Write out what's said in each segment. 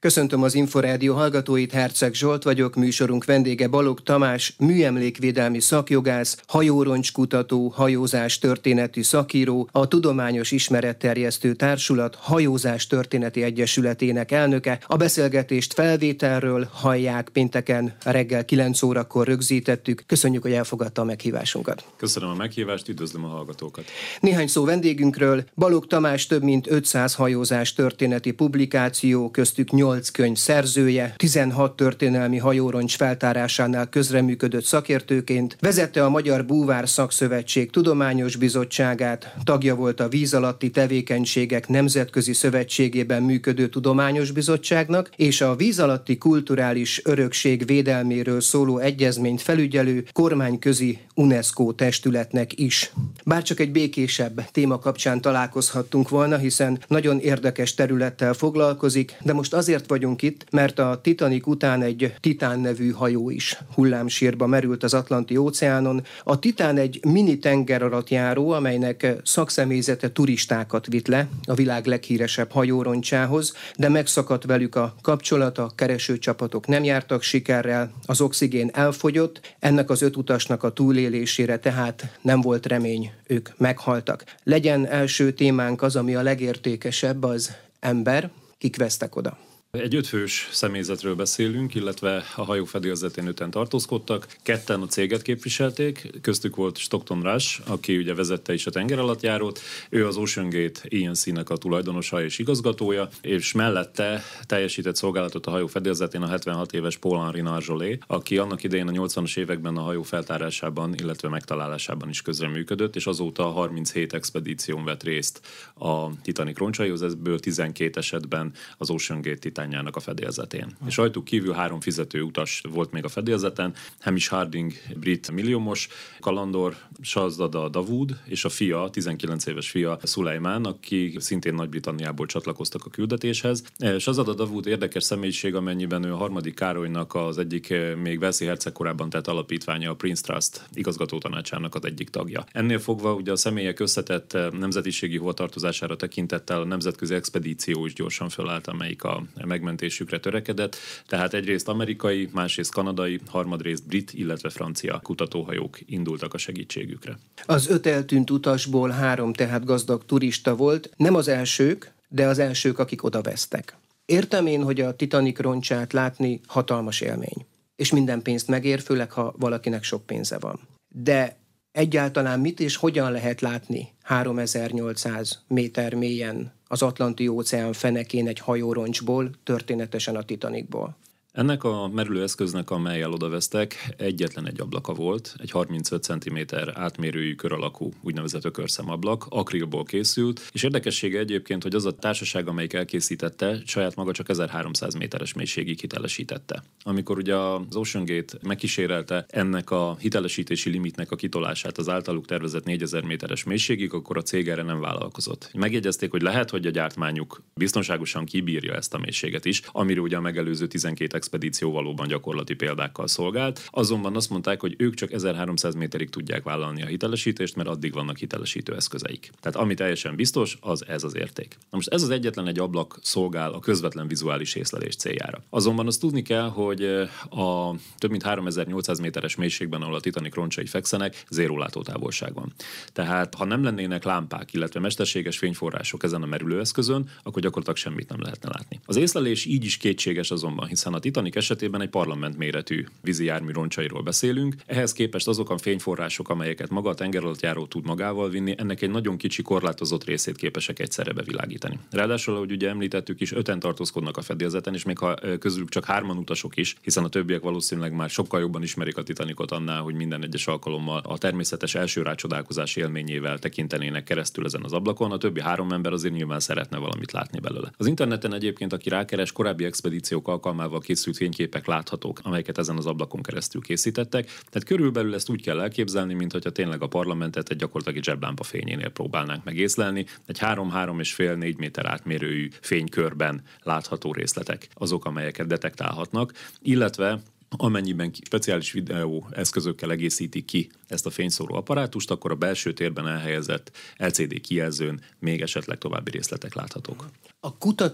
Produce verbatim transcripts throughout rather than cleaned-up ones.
Köszöntöm az Inforádió hallgatóit, Herceg Zsolt vagyok, műsorunk vendége Balogh Tamás, műemlékvédelmi szakjogász, hajóroncskutató, hajózás történeti szakíró, a Tudományos Ismeretterjesztő Társulat Hajózás Történeti Egyesületének elnöke. A beszélgetést felvételről hallják, pénteken reggel kilenc órakor rögzítettük. Köszönjük, hogy elfogadta a meghívásunkat. Köszönöm a meghívást, üdvözlöm a hallgatókat. Néhány szó vendégünkről. Balogh Tamás több mint ötszáz hajózás történeti publikáció, köztük nyolc könyv szerzője, tizenhat történelmi hajóroncs feltárásánál közreműködött szakértőként, vezette a Magyar Búvár Szakszövetség Tudományos Bizottságát, tagja volt a Víz alatti tevékenységek Nemzetközi Szövetségében működő Tudományos Bizottságnak, és a víz alatti kulturális örökség védelméről szóló egyezményt felügyelő kormányközi UNESCO testületnek is. Bárcsak egy békésebb téma kapcsán találkozhattunk volna, hiszen nagyon érdekes területtel foglalkozik, de most azért vagyunk itt, mert a Titanic után egy Titán nevű hajó is hullámsírba merült az Atlanti-óceánon. A Titán egy mini tengeralattjáró, amelynek szakszemélyzete turistákat vitt le a világ leghíresebb hajóroncsához, de megszakadt velük a kapcsolat, a keresőcsapatok nem jártak sikerrel, az oxigén elfogyott, ennek az öt utasnak a túlélésére tehát nem volt remény, ők meghaltak. Legyen első témánk az, ami a legértékesebb, az ember. Kik vesztek oda? Egy ötfős személyzetről beszélünk, illetve a hajó fedélzetén öten tartózkodtak. Ketten a céget képviselték, köztük volt Stockton Rush, aki ugye vezette is a tengeralattjárót. Ő az OceanGate E N C-nek a tulajdonosa és igazgatója, és mellette teljesített szolgálatot a hajó fedélzetén a hetvenhat éves Paul-Henri Nargeolet, aki annak idején a nyolcvanas években a hajó feltárásában, illetve megtalálásában is közreműködött, és azóta harminchét expedíción vett részt a Titanic roncsaihoz, ebből tizenkét esetben az OceanGate Titán a fedélzetén. Hmm. És rajtuk kívül három fizető utas volt még a fedélzeten, Hamish Harding, brit milliómos, kalandor, Shahzada Dawood, és a fia, tizenkilenc éves fia, Sulejman, aki szintén Nagy-Britanniából csatlakoztak a küldetéshez. Shahzada Dawood érdekes személyiség, amennyiben ő a harmadik Károlynak az egyik még Walesi herceg korában tett alapítványa, a Prince Trust igazgatótanácsának az egyik tagja. Ennél fogva ugye a személyek összetett nemzetiségi hovatartozására tekintettel a nemzetközi expedíció is gyorsan fölállt, amelyik a megmentésükre törekedett, tehát egyrészt amerikai, másrészt kanadai, harmadrészt brit, illetve francia kutatóhajók indultak a segítségükre. Az öt eltűnt utasból három tehát gazdag turista volt, nem az elsők, de az elsők, akik odavesztek. Értem én, hogy a Titanic roncsát látni hatalmas élmény, és minden pénzt megér, főleg ha valakinek sok pénze van. De egyáltalán mit és hogyan lehet látni háromezer-nyolcszáz méter mélyen az Atlanti-óceán fenekén egy hajóroncsból, történetesen a Titanicból? Ennek a merülő eszköznek, amellyel odavesztek, egyetlen egy ablaka volt, egy harmincöt centiméter átmérőjű kör alakú úgynevezett ökörszemablak, akrilból készült, és érdekessége egyébként, hogy az a társaság, amelyik elkészítette, saját maga csak ezerháromszáz méteres mélységig hitelesítette. Amikor ugye az OceanGate megkísérelte ennek a hitelesítési limitnek a kitolását az általuk tervezett négyezer méteres mélységig, akkor a cég erre nem vállalkozott. Megjegyezték, hogy lehet, hogy a gyártmányuk biztonságosan kibírja ezt a mélységet is, amiről ugye a megelőző tizenkét expedíció valóban gyakorlati példákkal szolgált, azonban azt mondták, hogy ők csak ezerháromszáz méterig tudják vállalni a hitelesítést, mert addig vannak hitelesítő eszközeik. Tehát ami teljesen biztos, az ez az érték. Na most ez az egyetlen egy ablak szolgál a közvetlen vizuális észlelés céljára. Azonban azt tudni kell, hogy a több mint háromezer-nyolcszáz méteres mélységben, ahol a Titanic roncsai fekszenek, zéró látótávolság van. Tehát ha nem lennének lámpák, illetve mesterséges fényforrások ezen a merülőeszközön, akkor gyakorlatilag semmit nem lehetne látni. Az észlelés így is kétséges azonban, hiszen a Titanic esetében egy parlament méretű vízi jármű roncsairól beszélünk. Ehhez képest azok a fényforrások, amelyeket maga a tengeralattjáró tud magával vinni, ennek egy nagyon kicsi korlátozott részét képesek egyszerre bevilágítani. Ráadásul, ahogy ugye említettük is, öten tartózkodnak a fedélzeten, és még ha közülük csak hárman utasok is, hiszen a többiek valószínűleg már sokkal jobban ismerik a Titanicot annál, hogy minden egyes alkalommal a természetes első rácsodálkozás élményével tekintenének keresztül ezen az ablakon, a többi három ember azért nyilván szeretne valamit látni belőle. Az interneten egyébként, aki rákeres, korábbi expedíciók alkalmával készült fényképek láthatók, amelyeket ezen az ablakon keresztül készítettek. Tehát körülbelül ezt úgy kell elképzelni, mintha tényleg a parlamentet egy gyakorlatilag zseblámpa fényénél próbálnánk megészlelni. Egy három-három és fél négy méter átmérőjű fénykörben látható részletek azok, amelyeket detektálhatnak, illetve amennyiben speciális videó eszközökkel egészítik ki ezt a fényszóró apparátust, akkor a belső térben elhelyezett el cé dé kijelzőn még esetleg további részletek láthatók. A kutatók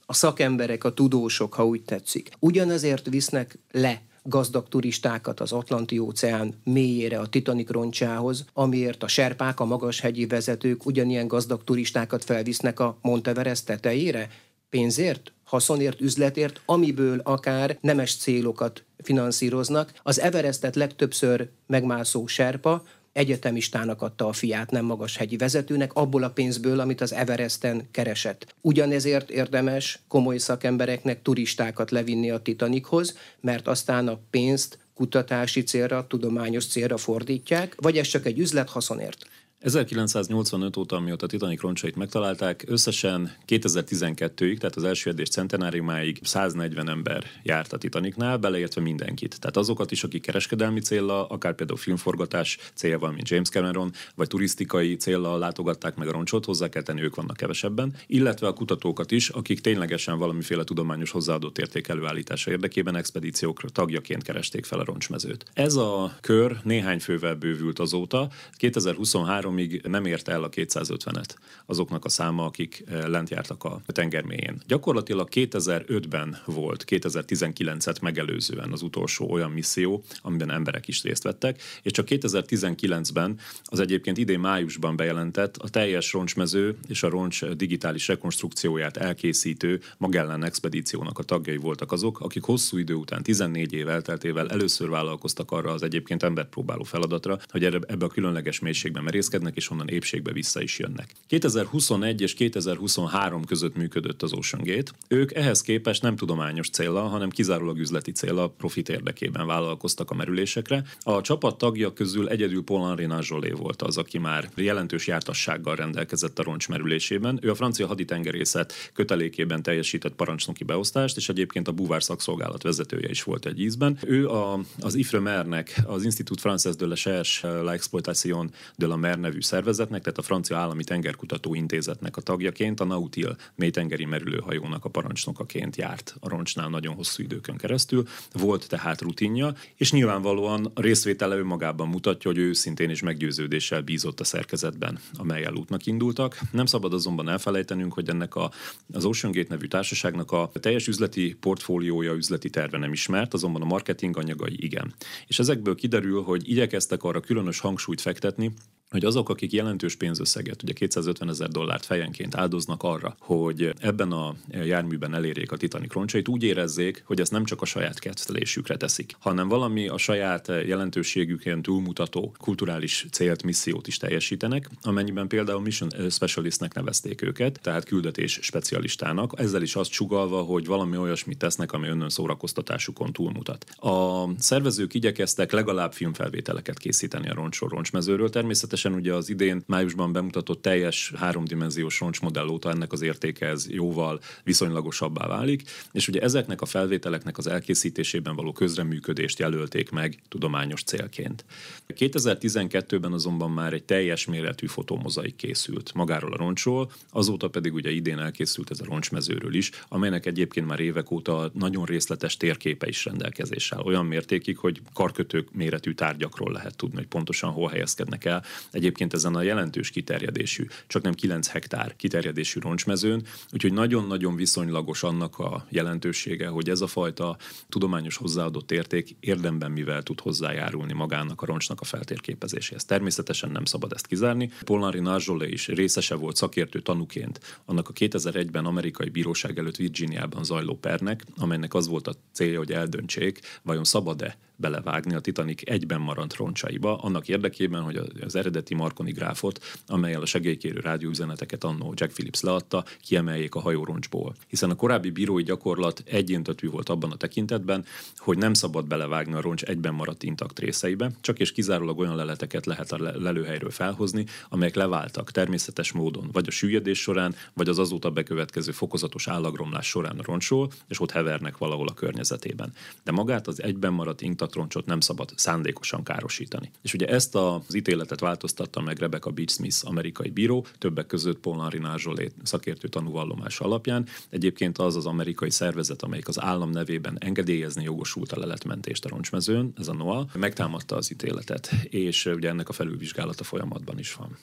a szakemberek, a tudósok, ha úgy tetszik, ugyanezért visznek le gazdag turistákat az Atlanti-óceán mélyére, a Titanic roncsához, amiért a serpák, a magashegyi vezetők ugyanilyen gazdag turistákat felvisznek a Monteverest tetejére? Pénzért? Haszonért, üzletért, amiből akár nemes célokat finanszíroznak. Az Everestet legtöbbször megmászó serpa egyetemistának adta a fiát, nem magashegyi vezetőnek, abból a pénzből, amit az Everesten keresett. Ugyanezért érdemes komoly szakembereknek turistákat levinni a Titanichoz, mert aztán a pénzt kutatási célra, tudományos célra fordítják, vagy ez csak egy üzlethaszonért? ezerkilencszáznyolcvanöt óta, amióta a Titanic roncsait megtalálták, összesen kétezer-tizenkettőig, tehát az első edés centenáriumáig száznegyven ember járt a Titanicnál, beleértve mindenkit. Tehát azokat is, akik kereskedelmi céllal, akár például filmforgatás célval, mint James Cameron, vagy turisztikai céllal látogatták meg a roncsot, hozzá kell tenni, ők vannak kevesebben, illetve a kutatókat is, akik ténylegesen valamiféle tudományos hozzáadott érték előállítása érdekében expedíciók tagjaként keresték fel a roncsmezőt. Ez a kör néhány fővel bővült azóta, kétezer-huszonhárom még nem érte el a kétszázötvenet azoknak a száma, akik lent jártak a tenger mélyén. Gyakorlatilag kétezer-ötben volt, kétezer-tizenkilencet megelőzően az utolsó olyan misszió, amiben emberek is részt vettek, és csak kétezer-tizenkilencben az egyébként idén májusban bejelentett a teljes roncsmező és a roncs digitális rekonstrukcióját elkészítő Magellan expedíciónak a tagjai voltak azok, akik hosszú idő után, tizennégy év elteltével először vállalkoztak arra az egyébként embert próbáló feladatra, hogy ebbe a különleges mélységben merészkednek, és onnan épségbe vissza is jönnek. kétezer-huszonegy és kétezer-huszonhárom között működött az OceanGate. Ők ehhez képest nem tudományos céllal, hanem kizárólag üzleti céllal, profit érdekében vállalkoztak a merülésekre. A csapat tagja közül egyedül Paul-Henri Nargeolet volt az, aki már jelentős jártassággal rendelkezett a roncs merülésében. Ő a francia haditengerészet kötelékében teljesített parancsnoki beosztást, és egyébként a búvár szakszolgálat vezetője is volt egy ízben. Ő a, az IFREMER-nek, az Institut Français de la Recherche, l'Exploitation de la Mer nevű szervezetnek, tehát a Francia Állami Tengerkutató Intézetnek a tagjaként, a Nautil mélytengeri merülőhajónak a parancsnokaként járt a roncsnál nagyon hosszú időkön keresztül. Volt tehát rutinja, és nyilvánvalóan a részvétele önmagában mutatja, hogy ő őszintén és meggyőződéssel bízott a szerkezetben, amellyel útnak indultak. Nem szabad azonban elfelejtenünk, hogy ennek a, az OceanGate nevű társaságnak a teljes üzleti portfóliója, üzleti terve nem ismert, azonban a marketing anyagai igen. És ezekből kiderül, hogy igyekeztek arra különös hangsúlyt fektetni, hogy azok, akik jelentős pénzösszeget, ugye kétszázötven ezer dollárt fejenként áldoznak arra, hogy ebben a járműben elérjék a Titanic roncsait, úgy érezzék, hogy ezt nem csak a saját kedvelésükre teszik, hanem valami a saját jelentőségükön túlmutató kulturális célt, missziót is teljesítenek, amennyiben például mission specialistnek nevezték őket, tehát küldetés specialistának, ezzel is azt sugallva, hogy valami olyasmit tesznek, ami önnön szórakoztatásukon túlmutat. A szervezők igyekeztek legalább filmfelvételeket készíteni a roncsról, roncsmezőről, természetesen ugye az idén májusban bemutatott teljes háromdimenziós roncsmodell óta ennek az értéke ez jóval viszonylagosabbá válik, és ugye ezeknek a felvételeknek az elkészítésében való közreműködést jelölték meg tudományos célként. kétezer-tizenkettőben azonban már egy teljes méretű fotómozaik készült magáról a roncsról, azóta pedig ugye idén elkészült ez a roncsmezőről is, amelynek egyébként már évek óta nagyon részletes térképe is rendelkezéssel. Olyan mértékig, hogy karkötők méretű tárgyakról lehet tudni, hogy pontosan hol helyezkednek el. Egyébként ezen a jelentős kiterjedésű, csak nem kilenc hektár kiterjedésű roncsmezőn, úgyhogy nagyon-nagyon viszonylagos annak a jelentősége, hogy ez a fajta tudományos hozzáadott érték érdemben mivel tud hozzájárulni magának a roncsnak a feltérképezéséhez. Természetesen nem szabad ezt kizárni. Paul-Henri Nargeolet is részese volt szakértő tanúként annak a kétezer-egyben amerikai bíróság előtt Virginiában zajló pernek, amelynek az volt a célja, hogy eldöntsék, vajon szabad-e belevágni a Titanic egyben maradt roncsaiba, annak érdekében, hogy az eredeti Marconi gráfot, amellyel a segélykérő rádióüzeneteket annó Jack Phillips leadta, kiemeljék a hajóroncsból. Hiszen a korábbi bírói gyakorlat egyéntetű volt abban a tekintetben, hogy nem szabad belevágni a roncs egyben maradt intakt részeibe, csak és kizárólag olyan leleteket lehet a lelőhelyről felhozni, amelyek leváltak természetes módon, vagy a süllyedés során, vagy az azóta bekövetkező fokozatos állagromlás során a roncsról, és ott hevernek valahol a környezetében. De magát az egyben maradt intakt roncsot nem szabad szándékosan károsítani. És ugye ezt az ítéletet változtatta meg Rebecca Beach Smith amerikai bíró, többek között Paul-Henri Nargeolet szakértő tanúvallomása alapján. Egyébként az az amerikai szervezet, amelyik az állam nevében engedélyezni jogosult a leletmentést a roncsmezőn, ez a NOAA, megtámadta az ítéletet, és ugye ennek a felülvizsgálata folyamatban is van.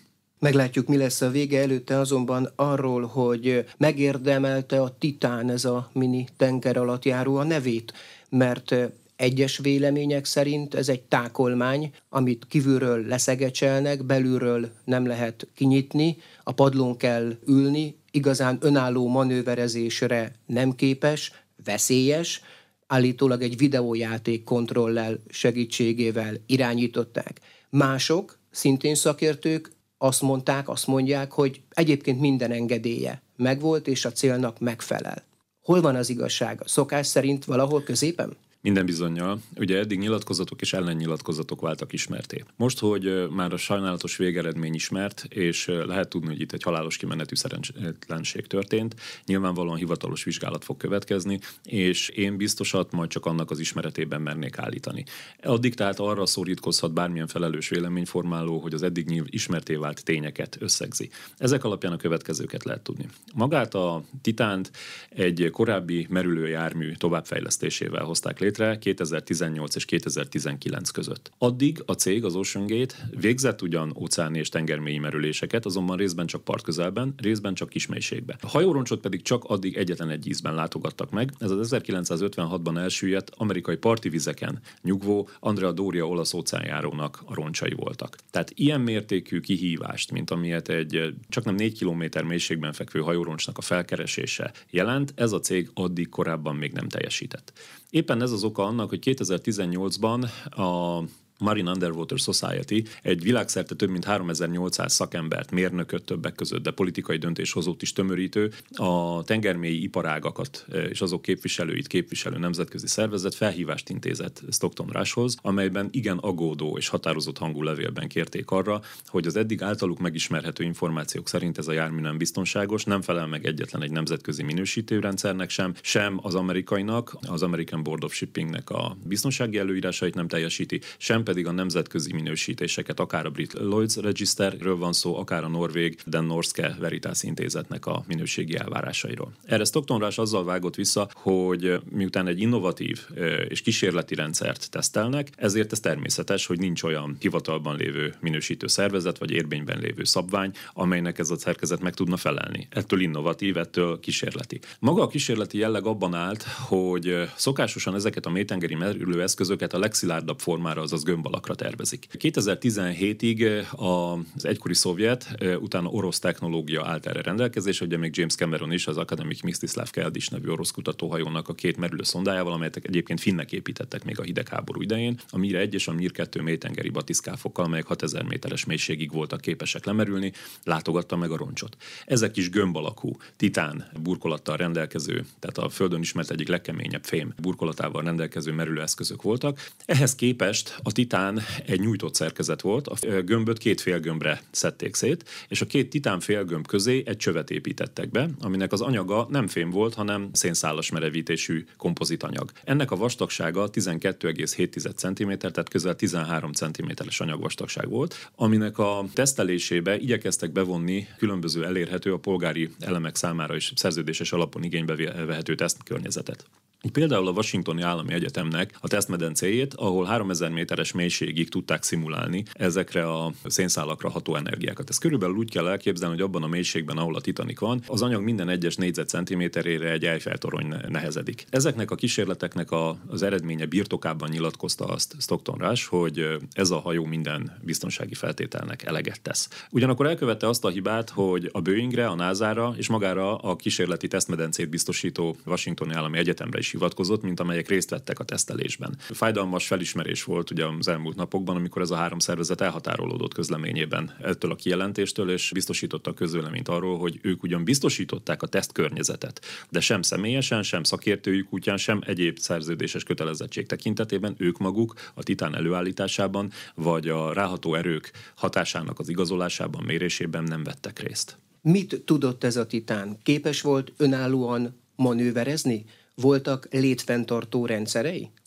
Meglátjuk, mi lesz a vége, előtte azonban arról, hogy megérdemelte a Titán, ez a mini tengeralattjáró a nevét, mert egyes vélemények szerint ez egy tákolmány, amit kívülről leszegecselnek, belülről nem lehet kinyitni, a padlón kell ülni, igazán önálló manőverezésre nem képes, veszélyes, állítólag egy videójáték kontrollel segítségével irányították. Mások, szintén szakértők azt mondták, azt mondják, hogy egyébként minden engedélye megvolt, és a célnak megfelel. Hol van az igazság? A szokás szerint valahol középen? Minden bizonnyal. Ugye eddig nyilatkozatok és ellennyilatkozatok váltak ismerté. Most, hogy már a sajnálatos végeredmény ismert, és lehet tudni, hogy itt egy halálos kimenetű szerencsétlenség történt, nyilvánvalóan hivatalos vizsgálat fog következni, és én biztosat majd csak annak az ismeretében mernék állítani. Addig tehát arra szorítkozhat bármilyen felelős véleményformáló, hogy az eddig ismerté vált tényeket összegzi. Ezek alapján a következőket lehet tudni. Magát a Titánt egy korábbi merülőjármű továbbfejlesztésével hozták létre, kétezer-tizennyolc és kétezer-tizenkilenc között. Addig a cég, az Ocean Gate végzett ugyan óceáni és tengermélyi merüléseket, azonban részben csak partközelben, részben csak kismélységben. A hajóroncsot pedig csak addig egyetlen egy ízben látogattak meg, ez az ezerkilencszázötvenhatban elsüllyedt amerikai parti vizeken nyugvó Andrea Doria olasz óceánjárónak a roncsai voltak. Tehát ilyen mértékű kihívást, mint amilyet egy csak nem négy kilométer mélységben fekvő hajóroncsnak a felkeresése jelent, ez a cég addig korábban még nem teljesített. Éppen ez az oka annak, hogy kétezer-tizennyolcban a Marine Underwater Society egy világszerte több mint háromezer-nyolcszáz szakembert, mérnököt többek között, de politikai döntéshozót is tömörítő, a tengermélyi iparágakat és azok képviselőit képviselő nemzetközi szervezet felhívást intézett Stockton Rushhoz, amelyben igen aggódó és határozott hangú levélben kérték arra, hogy az eddig általuk megismerhető információk szerint ez a jármű nem biztonságos, nem felel meg egyetlen egy nemzetközi minősítőrendszernek sem, sem az amerikainak, az American Board of Shippingnek a biztonsági előírásait nem teljesíti, sem pedig a nemzetközi minősítéseket, akár a brit Lloyd's Registerről van szó, akár a norvég Den Norske Veritas intézetnek a minőségi elvárásairól. Erre Stockton Rush azzal vágott vissza, hogy miután egy innovatív és kísérleti rendszert tesztelnek, ezért ez természetes, hogy nincs olyan hivatalban lévő minősítő szervezet vagy érvényben lévő szabvány, amelynek ez a szerkezet meg tudna felelni. Ettől innovatív, ettől kísérleti. Maga a kísérleti jelleg abban állt, hogy szokásosan ezeket a mélytengeri merülő eszközöket a legszilárdabb formára, azaz gömb alakra tervezik. kétezer-tizenhétig az egykori szovjet, utána orosz technológia állt erre rendelkezésre, ugye még James Cameron is, az Akademik Mstislav Keldysh nevű orosz kutatóhajónak a két merülő szondájával, amelyet egyébként finnek építettek még a hidegháború idején, a Mir egy és a Mir kettő mélytengeri batiszkáfokkal, amelyek hatezer méteres mélységig voltak képesek lemerülni, látogatta meg a roncsot. Ezek is gömb alakú, titán burkolattal rendelkező, tehát a földön ismert egyik legkeményebb fém burkolatával rendelkező merülőeszközök voltak. Ehhez képest a titán egy nyújtott szerkezet volt, a gömböt két félgömbre szedték szét, és a két titán félgömb közé egy csövet építettek be, aminek az anyaga nem fém volt, hanem szénszálas merevítésű kompozitanyag. Ennek a vastagsága tizenkét egész hét centiméter, tehát közel tizenhárom centiméteres anyagvastagság volt, aminek a tesztelésébe igyekeztek bevonni különböző elérhető, a polgári elemek számára is szerződéses alapon igénybe vehető tesztkörnyezetet. Például a Washingtoni Állami Egyetemnek a tesztmedencéjét, ahol háromezer méteres mélységig tudták szimulálni ezekre a szénszálakra ható energiákat. Ez körülbelül úgy kell elképzelni, hogy abban a mélységben, ahol a Titanic van, az anyag minden egyes négyzetcentiméterére egy Eiffel-torony nehezedik. Ezeknek a kísérleteknek a, az eredménye birtokában nyilatkozta azt Stockton Rush, hogy ez a hajó minden biztonsági feltételnek eleget tesz. Ugyanakkor elkövette azt a hibát, hogy a Boeingre, a nászára és magára a kísérleti tesztmedencét biztosító Washingtoni Állami Egyetemre is hivatkozott, mint amelyek részt vettek a tesztelésben. Fájdalmas felismerés volt ugye az elmúlt napokban, amikor ez a három szervezet elhatárolódott közleményében ettől a kijelentéstől, és biztosította a közvéleményt arról, hogy ők ugyan biztosították a tesztkörnyezetet, de sem személyesen, sem szakértőjük útján, sem egyéb szerződéses kötelezettség tekintetében ők maguk a titán előállításában, vagy a ráható erők hatásának az igazolásában, mérésében nem vettek részt. Mit tudott ez a titán? Képes volt önállóan manőverezni? Voltak létfenntartó rendszerei?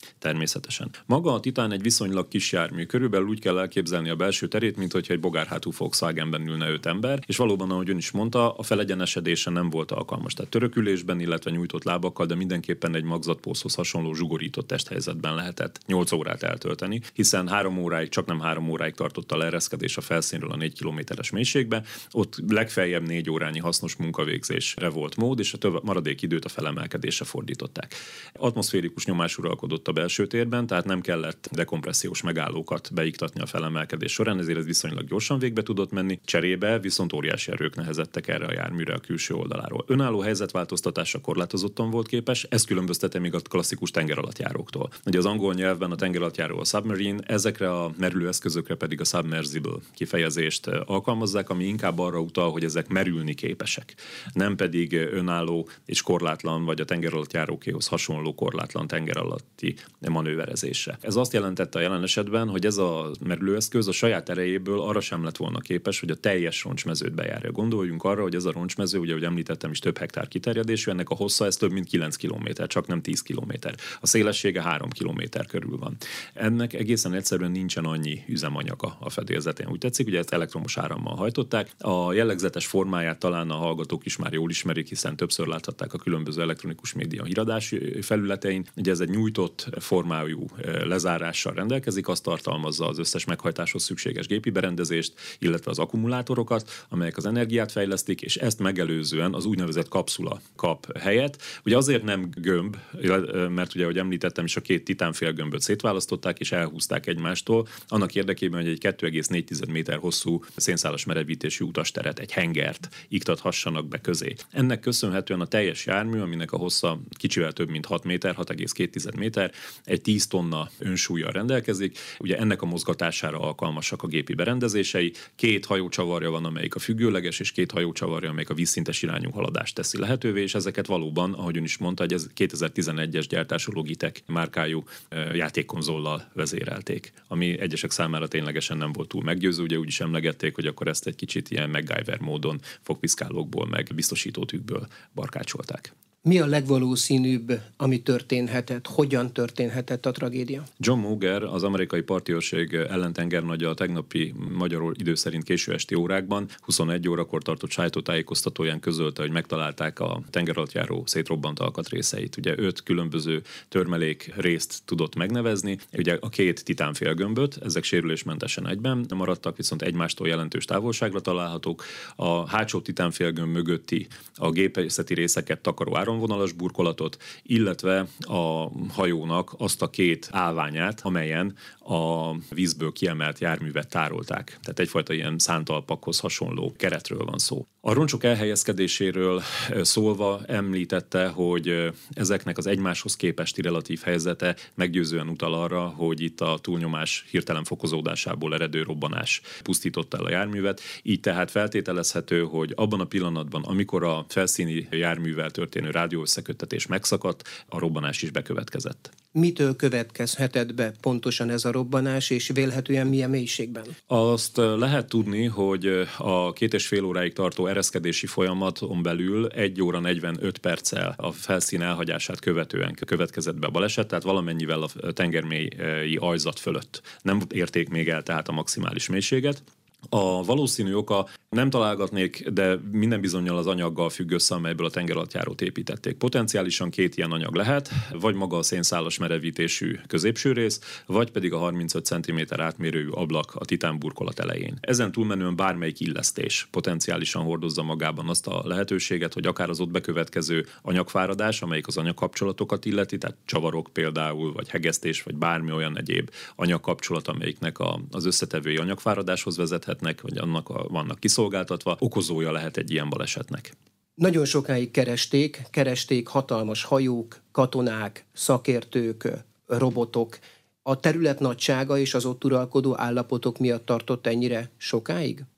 természetesen. Maga a Titán egy viszonylag kis jármű, körülbelül úgy kell elképzelni a belső terét, mint hogyha egy bogárhátú Volkswagenben ülne öt ember, és valóban, ahogy ön is mondta, a felegyenesedése nem volt alkalmas. Tehát törökülésben, illetve nyújtott lábakkal, de mindenképpen egy magzatpószhoz hasonló zsugorított testhelyzetben lehetett nyolc órát eltölteni, hiszen három óráig, csak nem három óráig tartott a leereszkedés a felszínről a négy kilométeres mélységbe, ott legfeljebb négy órányi hasznos munkavégzésre volt mód, és a több maradék időt a felemelkedésre fordították. Atmoszférikus nyomás uralkodott a belső térben, tehát nem kellett dekompressziós megállókat beiktatni a felemelkedés során, ezért ez viszonylag gyorsan végbe tudott menni. Cserébe viszont óriási erők nehezettek erre a járműre a külső oldaláról. Önálló helyzetváltoztatásra korlátozottan volt képes, ez különböztette még a klasszikus tengeralattjáróktól. Ugye az angol nyelvben a tengeralattjáró a submarine, ezekre a merülőeszközökre pedig a submersible kifejezést alkalmazzák, ami inkább arra utal, hogy ezek merülni képesek, nem pedig önálló és korlátlan, vagy a tengeralattjárókéhoz hasonló korlátlan tenger alatti manőverezésre. Ez azt jelentette a jelen esetben, hogy ez a merülőeszköz a saját erejéből arra sem lett volna képes, hogy a teljes roncsmezőt bejárja. Gondoljunk arra, hogy ez a roncsmező, ugye, ahogy említettem is, több hektár kiterjedésű, ennek a hossza ez több mint kilenc kilométer, csak nem tíz kilométer. A szélessége három kilométer körül van. Ennek egészen egyszerűen nincsen annyi üzemanyaga a fedélzetén. Úgy tetszik, ugye ezt elektromos árammal hajtották. A jellegzetes formáját talán a hallgatók is már jól ismerik, hiszen többször láthatták a különböző elektronikus média híradási felületein. Ugye ez egy nyújtott formájú lezárással rendelkezik, azt tartalmazza az összes meghajtáshoz szükséges gépi berendezést, illetve az akkumulátorokat, amelyek az energiát fejlesztik, és ezt megelőzően az úgynevezett kapszula kap helyet. Ugye azért nem gömb, mert ugye, ahogy említettem is, a két titánfélgömböt szétválasztották és elhúzták egymástól, annak érdekében, hogy egy kettő egész négy méter hosszú szénszálas merevítésű utasteret, egy hengert iktathassanak be közé. Ennek köszönhetően a teljes jármű, aminek a hossza kicsivel több mint hat méter, hat egész két méter, egy tíz tonna önsúllyal rendelkezik. Ugye ennek a mozgatására alkalmasak a gépi berendezései. Két hajócsavarja van, amelyik a függőleges, és két hajócsavarja, amelyik a vízszintes irányú haladást teszi lehetővé, és ezeket valóban, ahogy ön is mondta, hogy ez kétezer-tizenegyes gyártású Logitech márkájú játékkonzollal vezérelték, ami egyesek számára ténylegesen nem volt túl meggyőző, ugye úgy is emlegették, hogy akkor ezt egy kicsit ilyen MacGyver módon fogpiszkálókból meg biztosítótűkből barkácsolták. Mi a legvalószínűbb, ami történhetett? Hogyan történhetett a tragédia? John Moger, az amerikai partiőrség ellentengernagya a tegnapi magyar idő szerint késő esti órákban huszonegy órakor tartott sajtótájékoztatóján közölte, hogy megtalálták a tengeralattjáró szétrobbant alkatrészeit. Ugye öt különböző törmelék részt tudott megnevezni. Ugye a két titánfélgömböt, ezek sérülésmentesen egyben maradtak, viszont egymástól jelentős távolságra találhatók. A hátsó titánfélgömb mögötti a gépészeti részeket takaró áron vonalas burkolatot, illetve a hajónak azt a két állványát, amelyen a vízből kiemelt járművet tárolták. Tehát egyfajta ilyen szántalpakhoz hasonló keretről van szó. A roncsok elhelyezkedéséről szólva említette, hogy ezeknek az egymáshoz képesti relatív helyzete meggyőzően utal arra, hogy itt a túlnyomás hirtelen fokozódásából eredő robbanás pusztította el a járművet. Így tehát feltételezhető, hogy abban a pillanatban, amikor a felszíni járművel történő rádióösszeköttetés megszakadt, a robbanás is bekövetkezett. Mitől következhetett be pontosan ez a robbanás, és vélhetően milyen mélységben? Azt lehet tudni, hogy a két és fél óráig tartó ereszkedési folyamaton belül egy óra negyvenöt perccel a felszín elhagyását követően következett be a baleset, tehát valamennyivel a tengermélyi aljzat fölött. Nem érték még el tehát a maximális mélységet. A valószínű oka nem találgatnék, de minden bizonnyal az anyaggal függ össze, amelyből a tengeralattjárót építették. Potenciálisan két ilyen anyag lehet, vagy maga a szénszálas merevítésű középső rész, vagy pedig a harmincöt centiméter átmérőjű ablak a titánburkolat elején. Ezen túlmenően bármelyik illesztés potenciálisan hordozza magában azt a lehetőséget, hogy akár az ott bekövetkező anyagfáradás, amelyik az anyagkapcsolatokat illeti, tehát csavarok például, vagy hegesztés, vagy bármi olyan egyéb anyagkapcsolat, amelyiknek a, az összetevői anyagfáradáshoz vezethetnek, vagy annak a, vannak kiszolgáltatva, okozója lehet egy ilyen balesetnek. Nagyon sokáig keresték, keresték hatalmas hajók, katonák, szakértők, robotok. A terület nagysága és az ott uralkodó állapotok miatt tartott ennyire sokáig?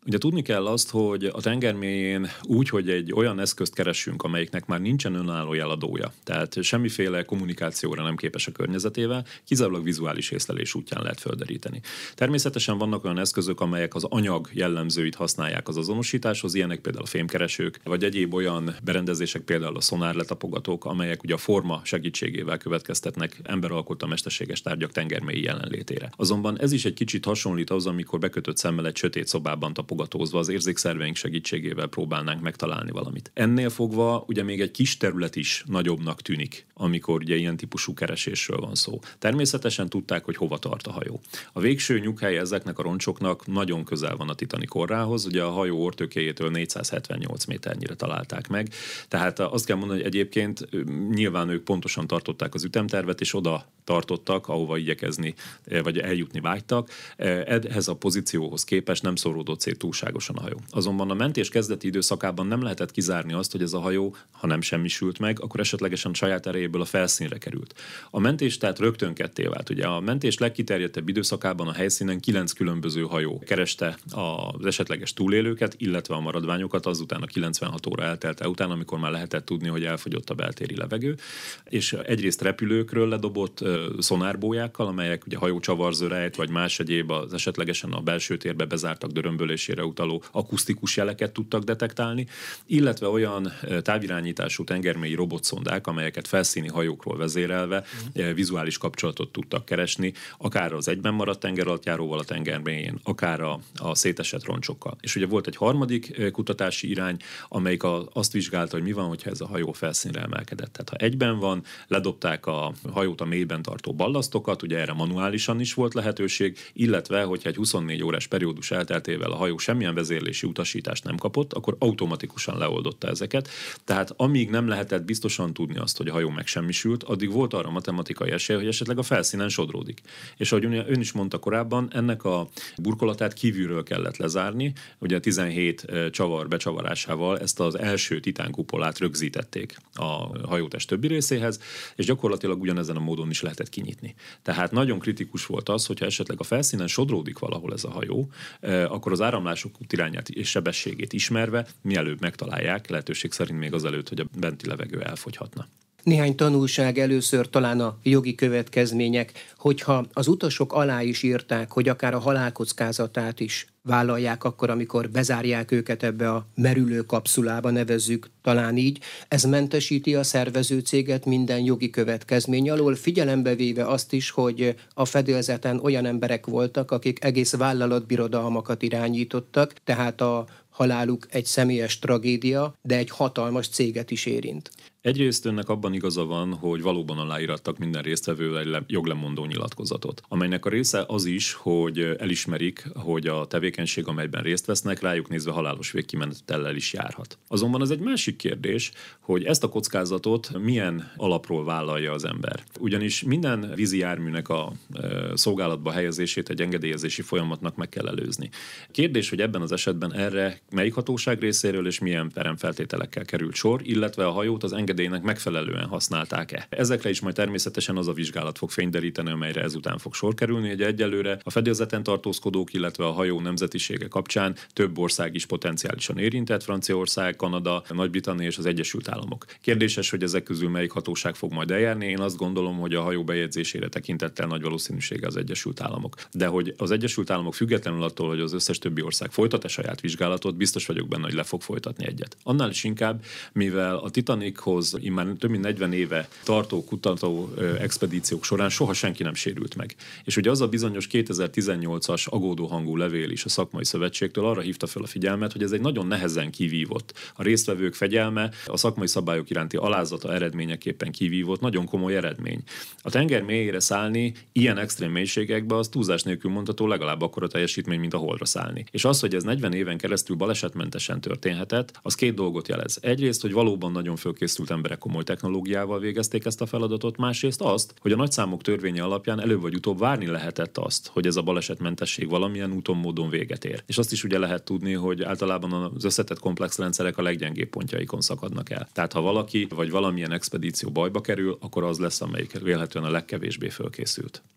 Ugye tudni kell azt, hogy a tenger mélyén úgy, hogy egy olyan eszközt keresünk, amelyiknek már nincsen önálló jeladója, tehát semmiféle kommunikációra nem képes a környezetével, kizárólag vizuális észlelés útján lehet földeríteni. Természetesen vannak olyan eszközök, amelyek az anyag jellemzőit használják az azonosításhoz, ilyenek például a fémkeresők, vagy egyéb olyan berendezések, például a szonárletapogatók, amelyek ugye a forma segítségével következtetnek emberalkotta mesterséges tárgyak tengermélyi jelenlétére. Azonban ez is egy kicsit hasonlít ahhoz, amikor bekötött szemmel egy sötét szobában tapogatózva az érzékszerveink segítségével próbálnánk megtalálni valamit. Ennél fogva ugye még egy kis terület is nagyobbnak tűnik, amikor ugye ilyen típusú keresésről van szó. Természetesen tudták, hogy hova tart a hajó. A végső nyughelye ezeknek a roncsoknak nagyon közel van a Titanic orrához, ugye a hajó orrtőkéjétől négyszázhetvennyolc méternyire találták meg. Tehát azt kell mondani, hogy egyébként nyilván ők pontosan tartották az ütemtervet, és oda tartottak, ahova igyekezni, vagy eljutni vágytak. Ehhez a pozícióhoz képest nem szoródott szét túlságosan a hajó. Azonban a mentés kezdeti időszakában nem lehetett kizárni azt, hogy ez a hajó, ha nem semmisült meg, akkor esetlegesen saját erejéből a felszínre került. A mentés tehát rögtön ketté vált. Ugye a mentés legkiterjedtebb időszakában a helyszínen kilenc különböző hajó kereste az esetleges túlélőket, illetve a maradványokat azután a kilencvenhat óra eltelte után, amikor már lehetett tudni, hogy elfogyott a beltéri levegő, és egyrészt repülőkről ledobott szonárbójákkal, amelyek ugye hajócsavarzörejt vagy más egyéb az esetlegesen a belső térbe bezártak dörömbölésére utaló akusztikus jeleket tudtak detektálni, illetve olyan távirányítású tengermélyi robotszondák, amelyeket felszíni hajókról vezérelve mm. vizuális kapcsolatot tudtak keresni, akár az egyben maradt tengeralattjáróval a tenger mélyén, akár a, a szétesett roncsokkal. És ugye volt egy harmadik kutatási irány, amelyik a, azt vizsgálta, hogy mi van, hogyha ez a hajó felszínre emelkedett. Tehát ha egyben van, ledobták a hajót a mélyben tartó ballasztokat, ugye erre manuálisan is volt lehetőség, illetve hogyha egy huszonnégy órás periódus elteltével a hajó semmilyen vezérlési utasítást nem kapott, akkor automatikusan leoldotta ezeket. Tehát amíg nem lehetett biztosan tudni azt, hogy a hajó megsemmisült, addig volt arra matematikai esély, hogy esetleg a felszínen sodródik. És ahogy ön is mondta korábban, ennek a burkolatát kívülről kellett lezárni, ugye tizenhét csavar becsavarásával ezt az első titánkupolát rögzítették a hajótest többi részéhez, és gyakorlatilag ugyanezen a módon is lehetett kinyitni. Tehát nagyon kritikus volt az, hogyha esetleg a felszínen sodródik valahol ez a hajó, akkor az áramlások irányát és sebességét ismerve mielőbb megtalálják, lehetőség szerint még azelőtt, hogy a benti levegő elfogyhatna. Néhány tanulság először talán a jogi következmények, hogyha az utasok alá is írták, hogy akár a halálkockázatát is vállalják akkor, amikor bezárják őket ebbe a merülő kapszulába, nevezzük talán így, ez mentesíti a szervező céget minden jogi következmény alól, figyelembe véve azt is, hogy a fedélzeten olyan emberek voltak, akik egész vállalatbirodalmakat irányítottak, tehát a haláluk egy személyes tragédia, de egy hatalmas céget is érint. Egyrészt önnek abban igaza van, hogy valóban aláírattak minden résztvevővel egy joglemondó nyilatkozatot, amelynek a része az is, hogy elismerik, hogy a tevékenység, amelyben részt vesznek, rájuk nézve halálos végkimenetellel is járhat. Azonban az egy másik kérdés, hogy ezt a kockázatot milyen alapról vállalja az ember. Ugyanis minden vízi járműnek a szolgálatba helyezését egy engedélyezési folyamatnak meg kell előzni. Kérdés, hogy ebben az esetben erre melyik hatóság részéről és milyen peremfeltételekkel került sor, illetve a hajót az engedélynek megfelelően használták-e. Ezekre is majd természetesen az a vizsgálat fog fényderíteni, amelyre ezután fog sor kerülni, hogy egyelőre a fedélzeten tartózkodók, illetve a hajó nemzetisége kapcsán több ország is potenciálisan érintett, Franciaország, Kanada, Nagy-Britannia és az Egyesült Államok. Kérdéses, hogy ezek közül melyik hatóság fog majd eljárni. Én azt gondolom, hogy a hajó bejegyzésére tekintettel nagy valószínűsége az Egyesült Államok. De hogy az Egyesült Államok függetlenül attól, hogy az összes többi ország folytat-e saját vizsgálatot, biztos vagyok benne, hogy le fog folytatni egyet. Annál is inkább, mivel a Titanichoz immár több mint negyven éve tartó kutató expedíciók során soha senki nem sérült meg. És ugye az a bizonyos kétezer-tizennyolcas agódóhangú levél is a szakmai szövetségtől arra hívta fel a figyelmet, hogy ez egy nagyon nehezen kivívott. A résztvevők fegyelme, a szakmai szabályok iránti alázata eredményeképpen kivívott, nagyon komoly eredmény. A tenger mélyére szállni ilyen extrém mélységekbe az túlzás nélkül mondható legalább akkora teljesítmény, mint a holdra szállni. És az, hogy ez negyven éven keresztül balesetmentesen történhetett, az két dolgot jelez. Egyrészt, hogy valóban nagyon fölkészült emberek komoly technológiával végezték ezt a feladatot, másrészt azt, hogy a nagyszámok törvénye alapján előbb vagy utóbb várni lehetett azt, hogy ez a balesetmentesség valamilyen úton, módon véget ér. És azt is ugye lehet tudni, hogy általában az összetett komplex rendszerek a leggyengébb pontjaikon szakadnak el. Tehát ha valaki vagy valamilyen expedíció bajba kerül, akkor az lesz, amelyik vélhetően a legkevésbé fölkészült.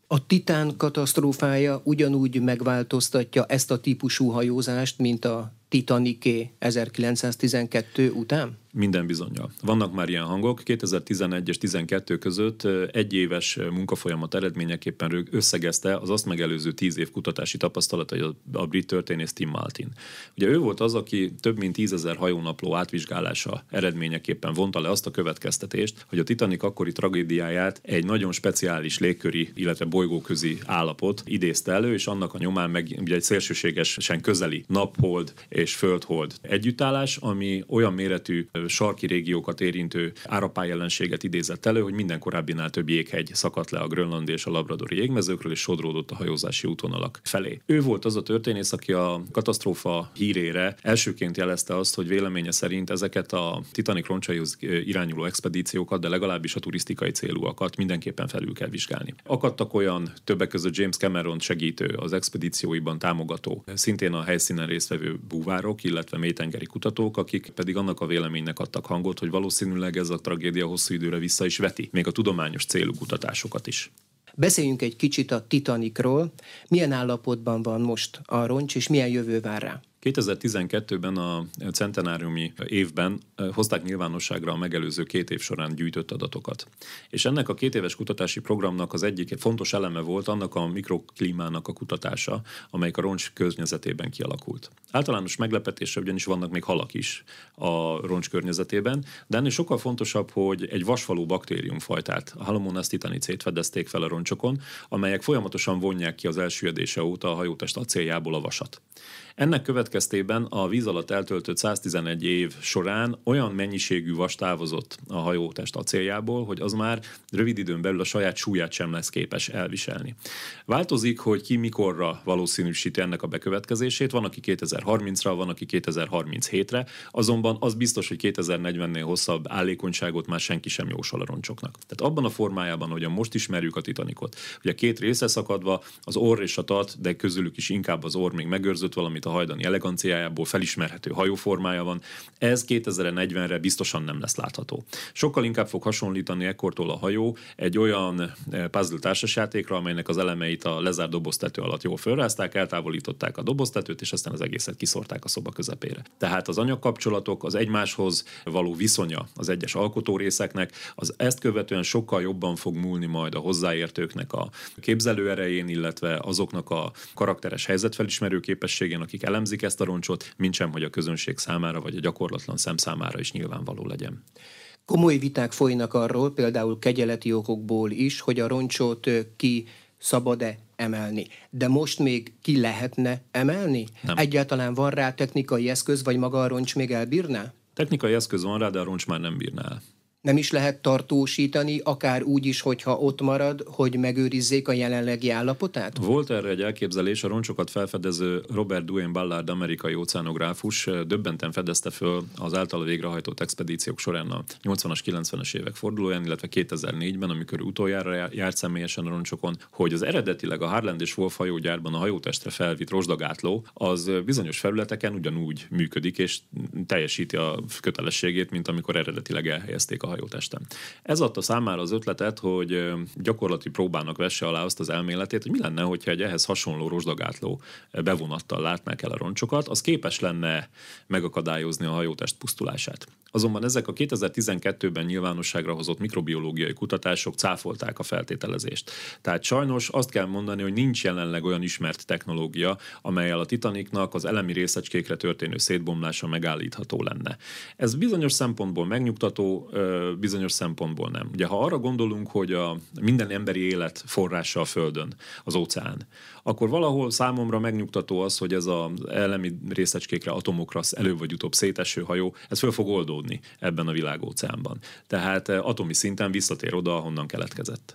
A Titán katasztrófája ugyanúgy megváltoztatja ezt a típusú hajózást, mint a Titanic ezerkilencszáztizenkettő után? Minden bizonnyal. Vannak már ilyen hangok. kétezer-tizenegy és tizenkettő között egy éves munkafolyamat eredményeképpen összegezte az azt megelőző tíz év kutatási tapasztalatai a brit történész Tim Maltin. Ugye ő volt az, aki több mint tízezer hajónapló átvizsgálása eredményeképpen vonta le azt a következtetést, hogy a Titanic akkori tragédiáját egy nagyon speciális légköri, illetve bolygóközi állapot idézte elő, és annak a nyomán meg ugye egy szélsőségesen közeli naphold és földhold együttállás, ami olyan méretű sarki régiókat érintő árapályellenséget idézett elő, hogy minden korábbinál több jéghegy szakadt le a grönlandi és a labradori jégmezőkről, és sodródott a hajózási útvonalak felé. Ő volt az a történész, aki a katasztrófa hírére elsőként jelezte azt, hogy véleménye szerint ezeket a Titanic roncsaihoz irányuló expedíciókat, de legalábbis a turisztikai célúakat mindenképpen felül kell vizsgálni. Akadtak olyan, többek között James Cameron segítő, az expedícióiban támogató, szintén a helyszínen résztvevő búvárok, illetve mélytengeri kutatók, akik pedig annak a véleménynek adtak hangot, hogy valószínűleg ez a tragédia hosszú időre vissza is veti, még a tudományos célú kutatásokat is. Beszéljünk egy kicsit a Titanicról. Milyen állapotban van most a roncs, és milyen jövő vár rá? kétezer-tizenkettőben a centenáriumi évben hozták nyilvánosságra a megelőző két év során gyűjtött adatokat. És ennek a két éves kutatási programnak az egyik fontos eleme volt annak a mikroklímának a kutatása, amelyik a roncs környezetében kialakult. Általános meglepetésre ugyanis vannak még halak is a roncs környezetében, de ennél sokkal fontosabb, hogy egy vasfalú baktériumfajtát, a Halomonas titanicét fedezték fel a roncsokon, amelyek folyamatosan vonják ki az elsüllyedése óta a hajótest acéljából a vasat. Ennek következtében a víz alatt eltöltött száztizenegy év során olyan mennyiségű vas távozott a hajótest acéljából, hogy az már rövid időn belül a saját súlyát sem lesz képes elviselni. Változik, hogy ki mikorra valószínűsíti ennek a bekövetkezését, van, aki kétezer-harmincra, van, aki kétezer-harminchétre, azonban az biztos, hogy kétezer-negyvennél hosszabb állékonyságot már senki sem jósol a roncsoknak. Tehát abban a formájában, hogyan most ismerjük a Titanicot, ugye két része szakadva, az orr és a tat, de közülük is inkább az orr még megőrzött valamit a hajdani eleganciájából, felismerhető hajóformája van, ez kétezer-negyvenre biztosan nem lesz látható. Sokkal inkább fog hasonlítani ekkortól a hajó egy olyan puzzle társasjátékra, amelynek az elemeit a lezárt doboztető alatt jól fölrázták, eltávolították a doboztetőt, és aztán az egészet kiszórták a szoba közepére. Tehát az anyagkapcsolatok, az egymáshoz való viszonya az egyes alkotórészeknek, az ezt követően sokkal jobban fog múlni majd a hozzáértőknek a képzelőerején, illetve azoknak a karakteres helyzetfelismerő képességén, akik elemzik ezt a roncsot, mintsem, hogy a közönség számára vagy a gyakorlatlan szem számára is nyilvánvaló legyen. Komoly viták folynak arról, például kegyeleti okokból is, hogy a roncsot ki szabad-e emelni. De most még ki lehetne emelni? Nem. Egyáltalán van rá technikai eszköz, vagy maga a roncs még elbírná? Technikai eszköz van rá, de a roncs már nem bírná el. Nem is lehet tartósítani, akár úgy is, hogyha ott marad, hogy megőrizzék a jelenlegi állapotát? Volt erre egy elképzelés, a roncsokat felfedező Robert Duane Ballard amerikai óceánográfus döbbenten fedezte föl az általa végrehajtott expedíciók során a nyolcvanas, kilencvenes évek fordulóján, illetve kétezer-négyben, amikor utoljára járt személyesen a roncsokon, hogy az eredetileg a Harland és Wolff hajógyárban a hajótestre felvitt rozsdagátló az bizonyos felületeken ugyanúgy működik és teljesíti a kötelességét, mint amikor eredetileg elhelyezték a hajótesten. Ez adta számára az ötletet, hogy gyakorlati próbának vesse alá azt az elméletét, hogy mi lenne, hogyha egy ehhez hasonló rozsdagátló bevonattal látnák el a roncsokat, az képes lenne megakadályozni a hajótest pusztulását. Azonban ezek a kétezer-tizenkettőben nyilvánosságra hozott mikrobiológiai kutatások cáfolták a feltételezést. Tehát sajnos azt kell mondani, hogy nincs jelenleg olyan ismert technológia, amellyel a Titanicnak az elemi részecskékre történő szétbomlása megállítható lenne. Ez bizonyos szempontból megnyugtató, bizonyos szempontból nem. Ugye ha arra gondolunk, hogy a minden emberi élet forrása a Földön, az óceán, akkor valahol számomra megnyugtató az, hogy ez az elemi részecskékre, atomokra előbb vagy utóbb széteső hajó, ez föl fog oldódni ebben a világóceánban. Tehát atomi szinten visszatér oda, ahonnan keletkezett.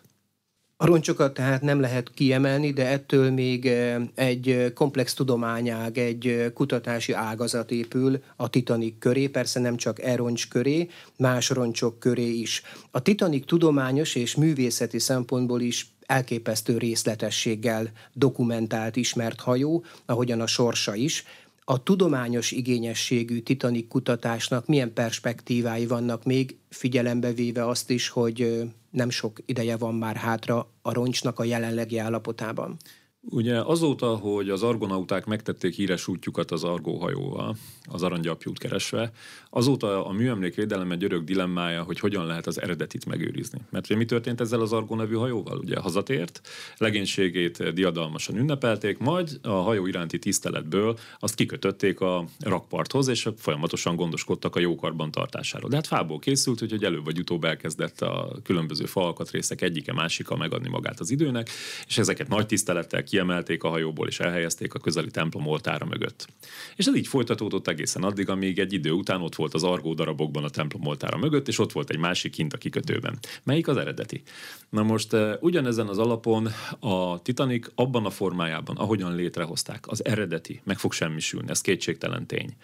A roncsokat tehát nem lehet kiemelni, de ettől még egy komplex tudományág, egy kutatási ágazat épül a Titanic köré, persze nem csak e roncs köré, más roncsok köré is. A Titanic tudományos és művészeti szempontból is elképesztő részletességgel dokumentált, ismert hajó, ahogyan a sorsa is. A tudományos igényességű Titanic kutatásnak milyen perspektívái vannak még, figyelembe véve azt is, hogy nem sok ideje van már hátra a roncsnak a jelenlegi állapotában? Ugye azóta, hogy az argonauták megtették híres útjukat az Argo hajóval, az aranygyapjút keresve, azóta a műemlékvédelem egy örök dilemmája, hogy hogyan lehet az eredetit megőrizni. Mert ugye mi történt ezzel az Argo nevű hajóval? Ugye hazatért, legénységét diadalmasan ünnepelték, majd a hajó iránti tiszteletből azt kikötötték a rakparthoz, és folyamatosan gondoskodtak a jó karbantartásáról. De hát fából készült, úgyhogy előbb vagy utóbb elkezdett a különböző falkatrészek egyike másika megadni magát az időnek, és ezeket nagy tisztelettel kiemelték a hajóból, és elhelyezték a közeli templom oltára mögött. És ez így folytatódott egészen addig, amíg egy idő után ott volt az Argo darabokban a templom oltára mögött, és ott volt egy másik kint a kikötőben. Melyik az eredeti? Na most ugyanezen az alapon a Titanic abban a formájában, ahogyan létrehozták, az eredeti, meg fog semmisülni, ez kétségtelen tény.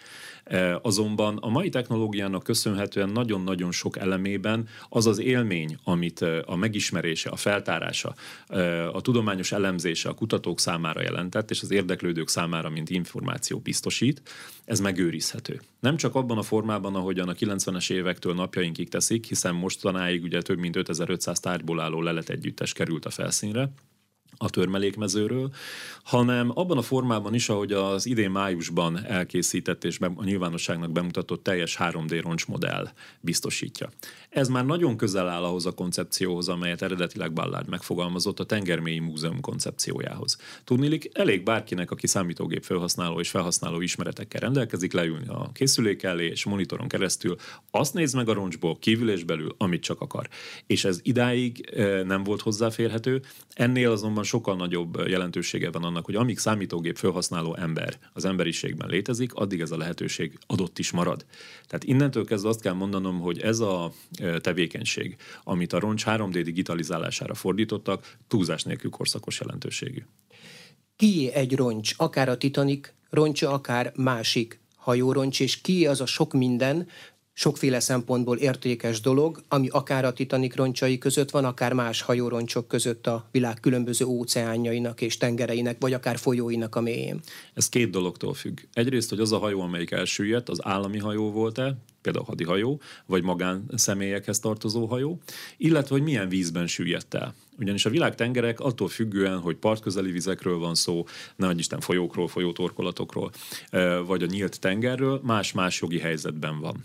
Azonban a mai technológiának köszönhetően nagyon-nagyon sok elemében az az élmény, amit a megismerése, a feltárása, a tudományos elemzése a kutatók számára jelentett, és az érdeklődők számára, mint információ biztosít, ez megőrizhető. Nem csak abban a formában, ahogyan a kilencvenes évektől napjainkig teszik, hiszen mostanáig ugye több mint ötezer-ötszáz tárgyból álló leletegyüttes került a felszínre, a törmelékmezőről, hanem abban a formában is, ahogy az idén májusban elkészített és a nyilvánosságnak bemutatott teljes három dé roncsmodell biztosítja. Ez már nagyon közel áll ahhoz a koncepcióhoz, amelyet eredetileg Ballard megfogalmazott, a tengermélyi múzeum koncepciójához. Tudniillik, elég bárkinek, aki számítógép felhasználó és felhasználó ismeretekkel rendelkezik, leülni a készülék elé és monitoron keresztül azt néz meg a roncsból, kívül és belül, amit csak akar. És ez idáig nem volt hozzáférhető, ennél azonban sokkal nagyobb jelentősége van annak, hogy amíg számítógép felhasználó ember az emberiségben létezik, addig ez a lehetőség adott is marad. Tehát innentől kezdve azt kell mondanom, hogy ez a tevékenység, amit a roncs három dé digitalizálására fordítottak, túlzás nélkül korszakos jelentőségű. Kié egy roncs, akár a Titanic roncsa, akár másik hajóroncs, és kié az a sok minden, sokféle szempontból értékes dolog, ami akár a Titanic roncsai között van, akár más hajóroncsok között a világ különböző óceánjainak és tengereinek, vagy akár folyóinak a mélyén. Ez két dologtól függ. Egyrészt, hogy az a hajó, amelyik elsüllyedt, az állami hajó volt-e, például hadihajó, vagy magánszemélyekhez tartozó hajó, illetve, hogy milyen vízben süllyedt el. Ugyanis a világ tengerek attól függően, hogy partközeli vizekről van szó, nehogy Isten folyókról, folyótorkolatokról, vagy a nyílt tengerről, más-más jogi helyzetben van.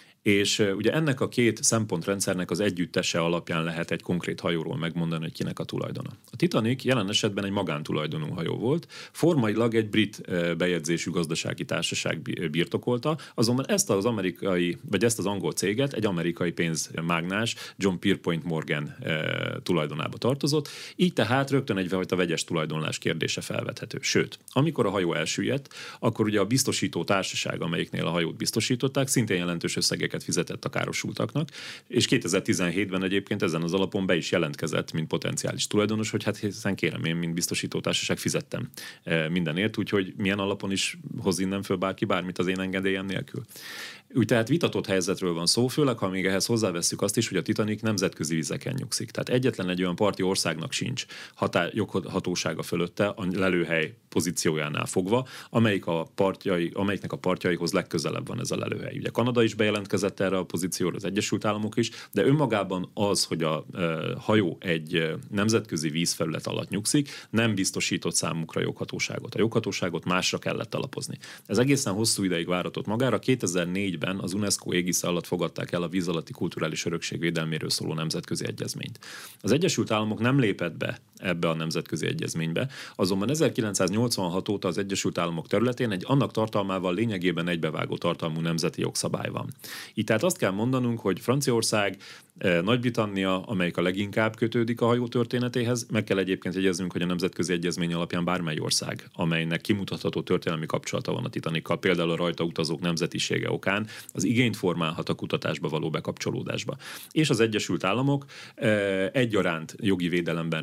És ugye ennek a két szempontrendszernek az együttese alapján lehet egy konkrét hajóról megmondani, hogy kinek a tulajdona. A Titanic jelen esetben egy magántulajdonú hajó volt, formailag egy brit bejegyzésű gazdasági társaság birtokolta, azonban ezt az amerikai, vagy ezt az angol céget egy amerikai pénzmágnás, John Pierpont Morgan tulajdonába tartozott, így tehát rögtön egyfajta vegyes tulajdonlás kérdése felvethető. Sőt, amikor a hajó elsüllyedt, akkor ugye a biztosító társaság, amelyiknél a hajót biztosították, szintén jelentős összegeket fizetett a károsultaknak, és kétezer-tizenhétben egyébként ezen az alapon be is jelentkezett, mint potenciális tulajdonos, hogy hát hiszen kérem, én, mint biztosítótársaság fizettem mindenért, úgyhogy milyen alapon is hoz innen föl bárki bármit az én engedélyem nélkül. Úgy tehát vitatott helyzetről van szó, főleg ha még ehhez hozzávesszük azt is, hogy a Titanic nemzetközi vizeken nyugszik. Tehát egyetlen egy olyan parti országnak sincs hatá- joghatósága fölötte a lelőhely pozíciójánál fogva, amelyik a partjai, amelyiknek a partjaihoz legközelebb van ez a lelőhely. Ugye Kanada is bejelentkezett erre a pozícióra, az Egyesült Államok is, de önmagában az, hogy a e, hajó egy e, nemzetközi vízfelület alatt nyugszik, nem biztosított számukra joghatóságot. A joghatóságot másra kellett alapozni. Ez egészen hosszú ideig váratott magára. kétezer-négyben az UNESCO égisze alatt fogadták el a víz alatti kulturális örökség védelméről szóló nemzetközi egyezményt. Az Egyesült Államok nem lépett be ebbe a nemzetközi egyezménybe, azonban ezerkilencszáznyolcvanhat óta az Egyesült Államok területén egy annak tartalmával lényegében egybevágó tartalmú nemzeti jogszabály van. Így tehát azt kell mondanunk, hogy Franciaország, Nagy-Britannia, amelyik a leginkább kötődik a hajó történetéhez, meg kell egyébként jegyeznünk, hogy a nemzetközi egyezmény alapján bármely ország, amelynek kimutatható történelmi kapcsolata van a Titanikkal, például a rajta utazók nemzetisége okán, az igényt formálhat a kutatásba való bekapcsolódásba. És az Egyesült Államok egyaránt jogi védelemben részesít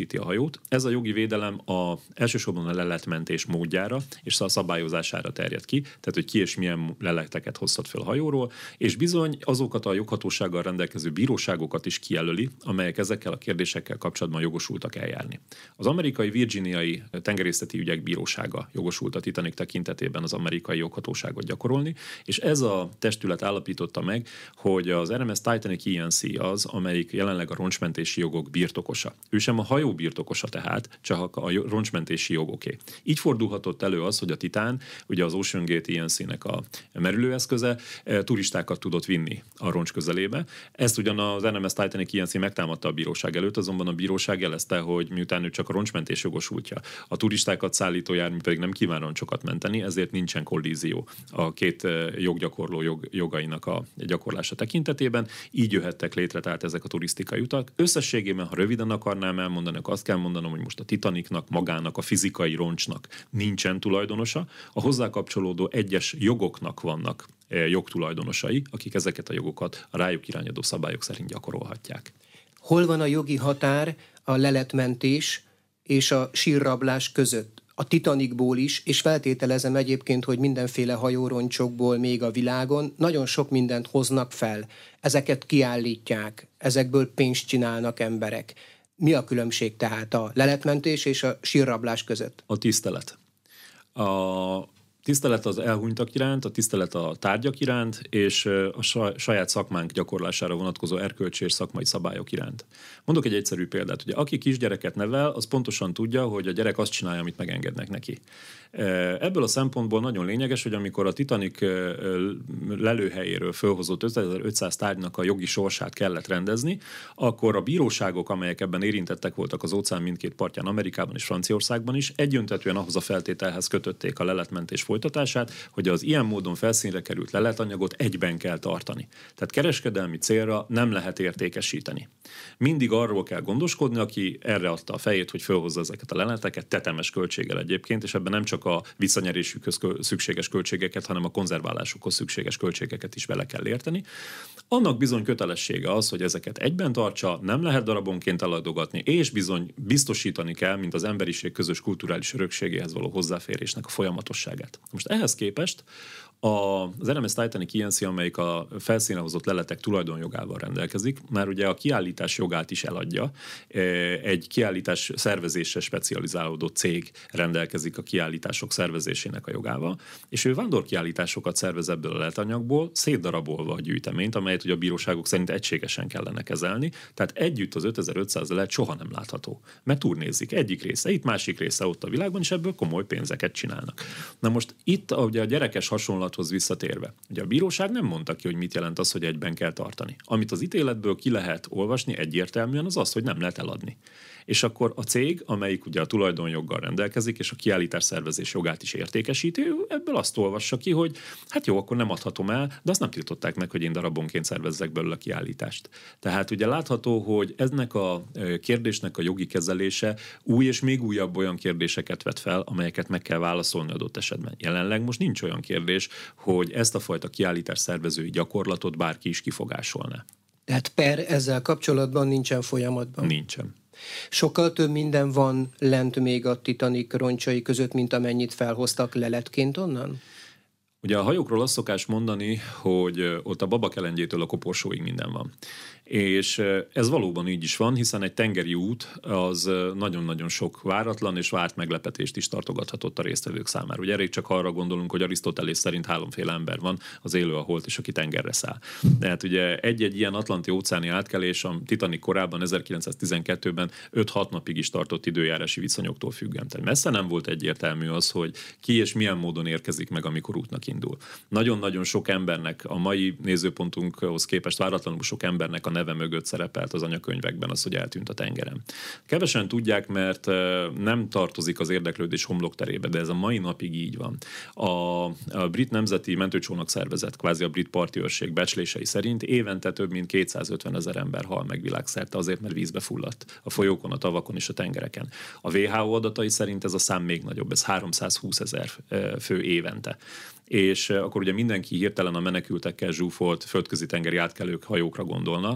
védheti a hajót. Ez a jogi védelem a, elsősorban a leletmentés módjára és a szabályozására terjed ki, tehát hogy ki és milyen leleteket hozhat fel a hajóról, és bizony azokat a joghatósággal rendelkező bíróságokat is kijelöli, amelyek ezekkel a kérdésekkel kapcsolatban jogosultak eljárni. Az amerikai Virginiai tengerészeti ügyek bírósága jogosult a Titanic tekintetében az amerikai joghatóságot gyakorolni, és ez a testület állapította meg, hogy az er em es Titanic i en cé az, amelyik jelenleg a roncsmentési jogok birtokosa. Ő sem a hajó birtokosa tehát, csak a roncsmentési jogoké. Így fordulhatott elő az, hogy a Titán, ugye az Ocean Gate i en cé-nek a merülőeszköze, turistákat tudott vinni a roncs közelébe. Ezt ugyan az er em es Titanic i en cé megtámadta a bíróság előtt, azonban a bíróság jelezte, hogy miután ő csak a roncsmentés jogosultja, a turistákat szállító jármű pedig nem kíván roncsokat menteni, ezért nincsen kollízió a két joggyakorló jog, jogainak a gyakorlása tekintetében. Így jöhettek létre tehát ezek a turisztikai utak. Összességében, ha röviden akarnám elmondani, akkor azt kell mondanom, hogy most a Titanicnak, magának, a fizikai roncsnak nincsen tulajdonosa, a hozzá kapcsolódó egyes jogoknak vannak jogtulajdonosai, akik ezeket a jogokat a rájuk irányadó szabályok szerint gyakorolhatják. Hol van a jogi határ a leletmentés és a sírrablás között? A Titanicból is, és feltételezem egyébként, hogy mindenféle hajóroncsokból még a világon nagyon sok mindent hoznak fel. Ezeket kiállítják, ezekből pénzt csinálnak emberek. Mi a különbség tehát a leletmentés és a sírrablás között? A tisztelet. A tisztelet az elhunytak iránt, a tisztelet a tárgyak iránt, és a saját szakmánk gyakorlására vonatkozó erkölcsi és szakmai szabályok iránt. Mondok egy egyszerű példát. Ugye, aki kisgyereket nevel, az pontosan tudja, hogy a gyerek azt csinálja, amit megengednek neki. Ebből a szempontból nagyon lényeges, hogy amikor a Titanic lelőhelyéről fölhozott ötezer-ötszáz tárgynak a jogi sorsát kellett rendezni, akkor a bíróságok, amelyek ebben érintettek voltak az óceán mindkét partján, Amerikában és Franciaországban is, egyöntetően ahhoz a feltételhez kötötték a leletmentés folytatását, hogy az ilyen módon felszínre került leletanyagot egyben kell tartani. Tehát kereskedelmi célra nem lehet értékesíteni. Mindig arról kell gondoskodni, aki erre adta a fejét, hogy fölhozza ezeket a leleteket, tetemes költséggel egyébként, és ebben nem csak a visszanyerésükhöz szükséges költségeket, hanem a konzerválásukhoz szükséges költségeket is bele kell érteni. Annak bizony kötelessége az, hogy ezeket egyben tartsa, nem lehet darabonként eladogatni, és bizony biztosítani kell, mint az emberiség közös kulturális örökségéhez való hozzáférésnek a folyamatosságát. Most ehhez képest az er em es Titanic i en cé, amelyik a felszínre hozott leletek tulajdonjogával rendelkezik, már ugye a kiállítás jogát is eladja. Egy kiállítás szervezésre specializálódó cég rendelkezik a kiállítások szervezésének a jogával, és ő vándorkiállításokat szervez ebből a leletanyagból, szétdarabolva a gyűjteményt, amelyet ugye a bíróságok szerint egységesen kellene kezelni, tehát együtt az ötezer-ötszáz lelet soha nem látható. Mert turnézik egyik része itt, másik része ott a világban, és ebből komoly pénzeket csinálnak. Na most itt ugye a gyerekes hasonlathoz visszatérve, ugye a bíróság nem mondta ki, hogy mit jelent az, hogy egyben kell tartani. Amit az ítéletből ki lehet olvasni egyértelműen, az az, hogy nem lehet eladni. És akkor a cég, amelyik ugye a tulajdonjoggal rendelkezik, és a kiállítás szervezés jogát is értékesíti, ebből azt olvassa ki, hogy hát jó, akkor nem adhatom el, de azt nem tiltották meg, hogy én darabonként szervezzek belőle a kiállítást. Tehát ugye látható, hogy ennek a kérdésnek a jogi kezelése új és még újabb olyan kérdéseket vet fel, amelyeket meg kell válaszolni adott esetben. Jelenleg most nincs olyan kérdés, hogy ezt a fajta kiállítás szervezői gyakorlatot bárki is kifogásolná. Tehát per ezzel kapcsolatban nincsen folyamatban? Nincsen. Sokkal több minden van lent még a Titanic roncsai között, mint amennyit felhoztak leletként onnan? Ugye a hajókról azt szokás mondani, hogy ott a babakelengyétől a koporsóig minden van. És ez valóban így is van, hiszen egy tengeri út az nagyon-nagyon sok váratlan és várt meglepetést is tartogathatott a résztvevők számára. Ugye elég csak arra gondolunk, hogy Arisztotelész szerint háromféle ember van, az élő, a holt és aki tengerre száll. De hát ugye egy-egy ilyen atlanti-óceáni átkelés a Titanic korábban ezerkilencszáztizenkettőben öt-hat napig is tartott időjárási viszonyoktól függően. Tehát messze nem volt egyértelmű az, hogy ki és milyen módon érkezik meg, amikor útnak indul. Nagyon-nagyon sok embernek, a mai nézőpontunkhoz képest váratlanul sok embernek a neve mögött szerepelt az anyakönyvekben az, hogy eltűnt a tengeren. Kevesen tudják, mert nem tartozik az érdeklődés homlokterébe, de ez a mai napig így van. A, a brit nemzeti mentőcsónak szervezet, kvázi a brit parti őrség becslései szerint évente több mint kétszázötven ezer ember hal meg világszerte azért, mert vízbe fulladt a folyókon, a tavakon és a tengereken. A dupla vé há ó adatai szerint ez a szám még nagyobb, ez háromszázhúszezer fő évente. És akkor ugye mindenki hirtelen a menekültekkel zsúfolt földközi tengeri átkelők hajókra gondolna,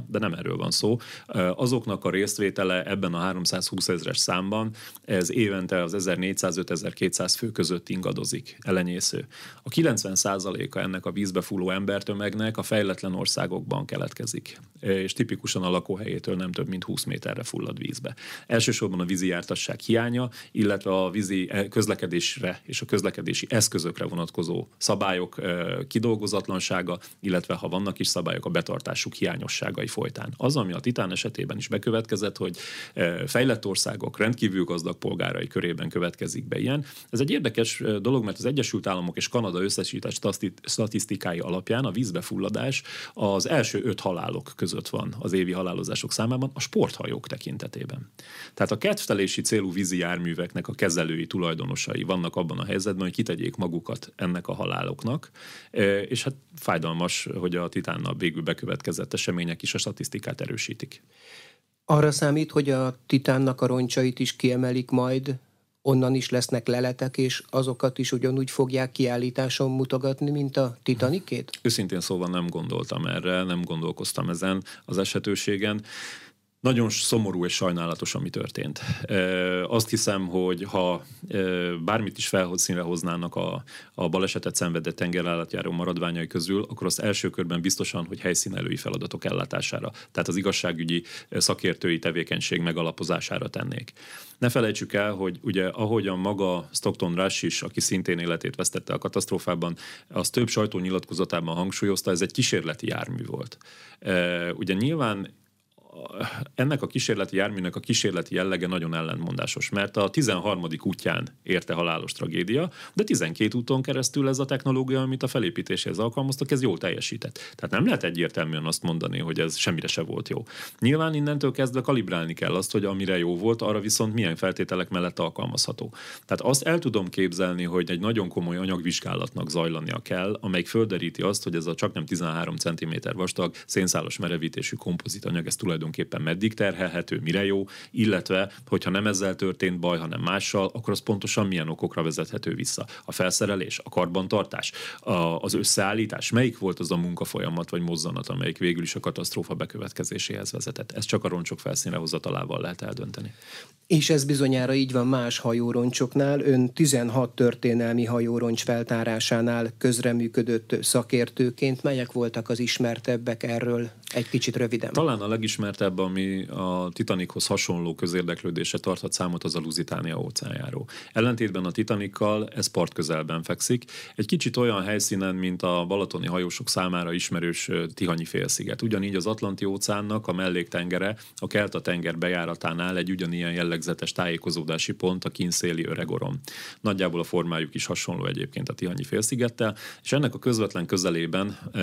de nem erről van szó. Azoknak a résztvétele ebben a háromszázhúsz ezres számban, ez évente az ezernégyszáz-ötezer-kétszáz fő között ingadozik, elenyésző. A kilencven százaléka ennek a vízbe fulló embertömegnek a fejletlen országokban keletkezik, és tipikusan a lakóhelyétől nem több mint húsz méterre fullad vízbe. Elsősorban a vízi jártasság hiánya, illetve a vízi közlekedésre és a közlekedési eszközökre vonatkozó szabályok kidolgozatlansága, illetve ha vannak is szabályok, a betartásuk hiányosságai folytán. Az, ami a Titán esetében is bekövetkezett, hogy fejlett országok rendkívül gazdag polgárai körében következik be ilyen. Ez egy érdekes dolog, mert az Egyesült Államok és Kanada összesített statisztikái alapján a vízbefulladás az első öt halálok között van az évi halálozások számában a sporthajók tekintetében. Tehát a kedvtelési célú vízi járműveknek a kezelői, tulajdonosai vannak abban a helyzetben, hogy kitegyék magukat ennek a haláloknak, és hát fájdalmas, hogy a Titánnal végül bekövetkezett események is a statisztikát erősítik. Arra számít, hogy a Titánnak a roncsait is kiemelik majd, onnan is lesznek leletek, és azokat is ugyanúgy fogják kiállításon mutogatni, mint a Titanicét? Őszintén szóval nem gondoltam erre, nem gondolkoztam ezen az esetőségen. Nagyon szomorú és sajnálatos, ami történt. Azt hiszem, hogy ha bármit is felszínre hoznának a, a balesetet szenvedett tengerállatjáró maradványai közül, akkor azt első körben biztosan, hogy helyszínelői feladatok ellátására, tehát az igazságügyi szakértői tevékenység megalapozására tennék. Ne felejtsük el, hogy ugye ahogyan maga Stockton Rush is, aki szintén életét vesztette a katasztrófában, az több sajtónyilatkozatában hangsúlyozta, ez egy kísérleti jármű volt. Ugye nyilván ennek a kísérleti járműnek a kísérleti jellege nagyon ellentmondásos, mert a tizenharmadik útján érte halálos tragédia, de tizenkét úton keresztül ez a technológia, amit a felépítéséhez alkalmaztak, ez jól teljesített. Tehát nem lehet egyértelműen azt mondani, hogy ez semmire se volt jó. Nyilván innentől kezdve kalibrálni kell azt, hogy amire jó volt, arra viszont milyen feltételek mellett alkalmazható. Tehát azt el tudom képzelni, hogy egy nagyon komoly anyagvizsgálatnak zajlania kell, amelyik földeríti azt, hogy ez a csaknem tizenhárom centiméter vastag, szénszálas merevítésű kompozit anyag, ez tulajdonképpen meddig terhelhető, mire jó, illetve, hogyha nem ezzel történt baj, hanem mással, akkor az pontosan milyen okokra vezethető vissza. A felszerelés, a karbantartás, a, az összeállítás, melyik volt az a munkafolyamat vagy mozzanat, amelyik végül is a katasztrófa bekövetkezéséhez vezetett. Ez csak a roncsok felszínre hozatalával lehet eldönteni. És ez bizonyára így van más hajóroncsoknál. Ön tizenhat történelmi hajóroncs feltárásánál közreműködött szakértőként. Melyek voltak az ismertebbek erről? Egy kicsit röviden. Talán a legismertebb, ami a Titanichoz hasonló közérdeklődésre tarthat számot, az a Lusitania óceánjáró. Ellentétben a Titaniccal ez partközelben fekszik. Egy kicsit olyan helyszínen, mint a balatoni hajósok számára ismerős Tihanyi félsziget. Ugyanígy az Atlanti óceánnak a melléktengere, a Kelta-tenger bejáratánál egy ugyanilyen jellegzetes tájékozódási pont, a kínszéli Öregoron. Nagyjából a formájuk is hasonló egyébként a Tihanyi félszigettel, és ennek a közvetlen közelében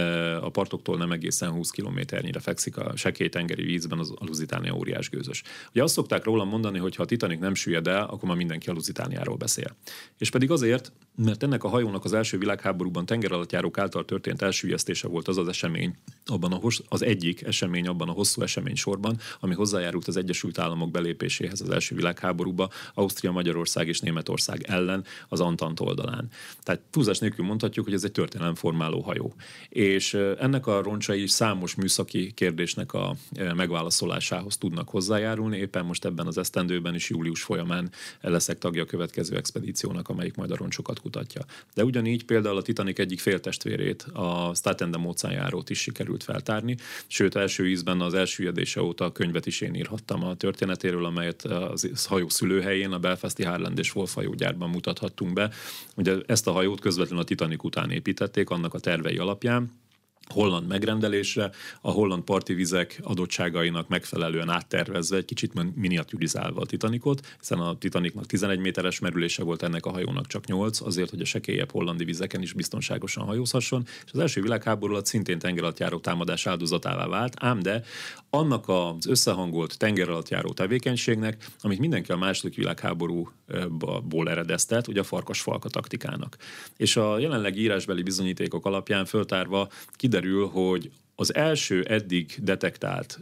a partoktól nem egészen húsz kilométernyire fekszik a sekély tengeri vízben az a Lusitania óriásgőzös. Ugye azt szokták róla mondani, hogy ha a Titanic nem süllyed el, akkor már mindenki a Lusitaniáról beszél. És pedig azért, mert ennek a hajónak az első világháborúban tengeralattjárók által történt elsüllyesztése volt az az esemény, abban a hos- az egyik esemény abban a hosszú esemény sorban, ami hozzájárult az Egyesült Államok belépéséhez az első világháborúba, Ausztria, Magyarország és Németország ellen az Antant oldalán. Tehát túlzás nélkül mondhatjuk, hogy ez egy történelemformáló hajó. És ennek a roncsai is számos műszaki kérdésnek a megválaszolásához tudnak hozzájárulni. Éppen most ebben az esztendőben is július folyamán leszek tagja a következő expedíciónak, amelyik majd a roncsokat kutatja. De ugyanígy például a Titanic egyik féltestvérét, a Statendam óceánjárót is sikerült feltárni, sőt első ízben az elsüllyedése óta a könyvet is én írhattam a történetéről, amelyet az hajó szülőhelyén, a Belfasti Harland és Wolf hajógyárban mutathattunk be. Ugye ezt a hajót közvetlenül a Titanic után építették, annak a tervei alapján, holland megrendelésre, a holland parti vizek adottságainak megfelelően áttervezve, egy kicsit miniaturizálva a Titanicot, hiszen a Titanicnak tizenegy méteres merülése volt, ennek a hajónak csak nyolc, azért, hogy a sekélyebb hollandi vizeken is biztonságosan hajózhasson, és az első világháború alatt szintén tengeralattjáró támadás áldozatává vált, ám de annak az összehangolt tengeralattjáró tevékenységnek, amit mindenki a második világháborúból eredeztet, ugye a farkasfalka taktikának. És a jelenlegi írásbeli bizonyítékok alapján föltárva kiderül, hogy az első eddig detektált,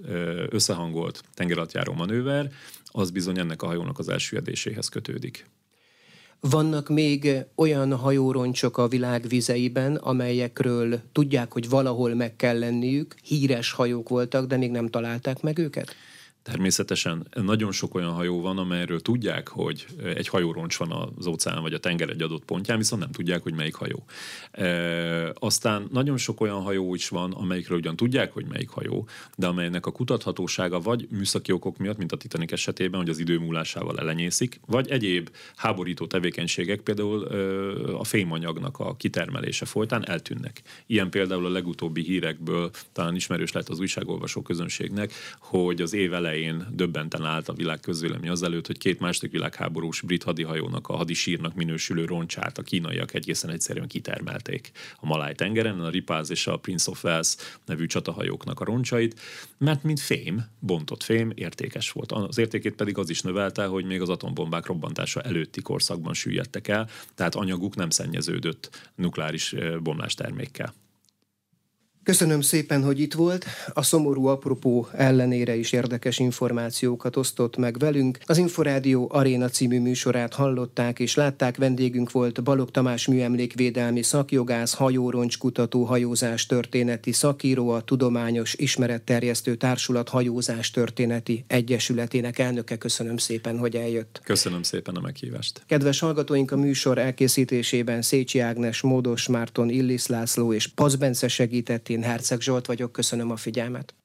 összehangolt tengeralattjáró manőver, az bizony ennek a hajónak az elsüllyedéséhez kötődik. Vannak még olyan hajóroncsok a világ vizeiben, amelyekről tudják, hogy valahol meg kell lenniük, híres hajók voltak, de még nem találták meg őket? Természetesen nagyon sok olyan hajó van, amelyről tudják, hogy egy hajóroncs van az óceán vagy a tenger egy adott pontján, viszont nem tudják, hogy melyik hajó. E, aztán nagyon sok olyan hajó is van, amelyikről ugyan tudják, hogy melyik hajó, de amelynek a kutathatósága vagy műszaki okok miatt, mint a Titanic esetében, hogy az idő múlásával elenyészik, vagy egyéb háborító tevékenységek, például a fémanyagnak a kitermelése folytán eltűnnek. Ilyen például a legutóbbi hírekből talán ismerős lett az újságolvasó közönségnek, hogy az év elején döbbenten állt a világ közvélemény azelőtt, hogy két második világháborús brit hadihajónak a hadisírnak minősülő roncsát a kínaiak egészen egyszerűen kitermelték a Maláj-tengeren, a Ripaz és a Prince of Wales nevű csatahajóknak a roncsait, mert mint fém, bontott fém értékes volt. Az értékét pedig az is növelte, hogy még az atombombák robbantása előtti korszakban süllyedtek el, tehát anyaguk nem szennyeződött nukleáris bomlástermékkel. Köszönöm szépen, hogy itt volt. A szomorú apropó ellenére is érdekes információkat osztott meg velünk. Az Inforádió Aréna című műsorát hallották és látták. Vendégünk volt Balogh Tamás műemlékvédelmi szakjogász, hajóroncskutató, hajózás történeti szakíró, a Tudományos Ismeretterjesztő Társulat hajózás történeti egyesületének elnöke. Köszönöm szépen, hogy eljött. Köszönöm szépen a meghívást. Kedves hallgatóink, a műsor elkészítésében Szécsi Ágnes, Módos Márton, Illis László és Paz Bence segített. Én Herceg Zsolt vagyok, köszönöm a figyelmet.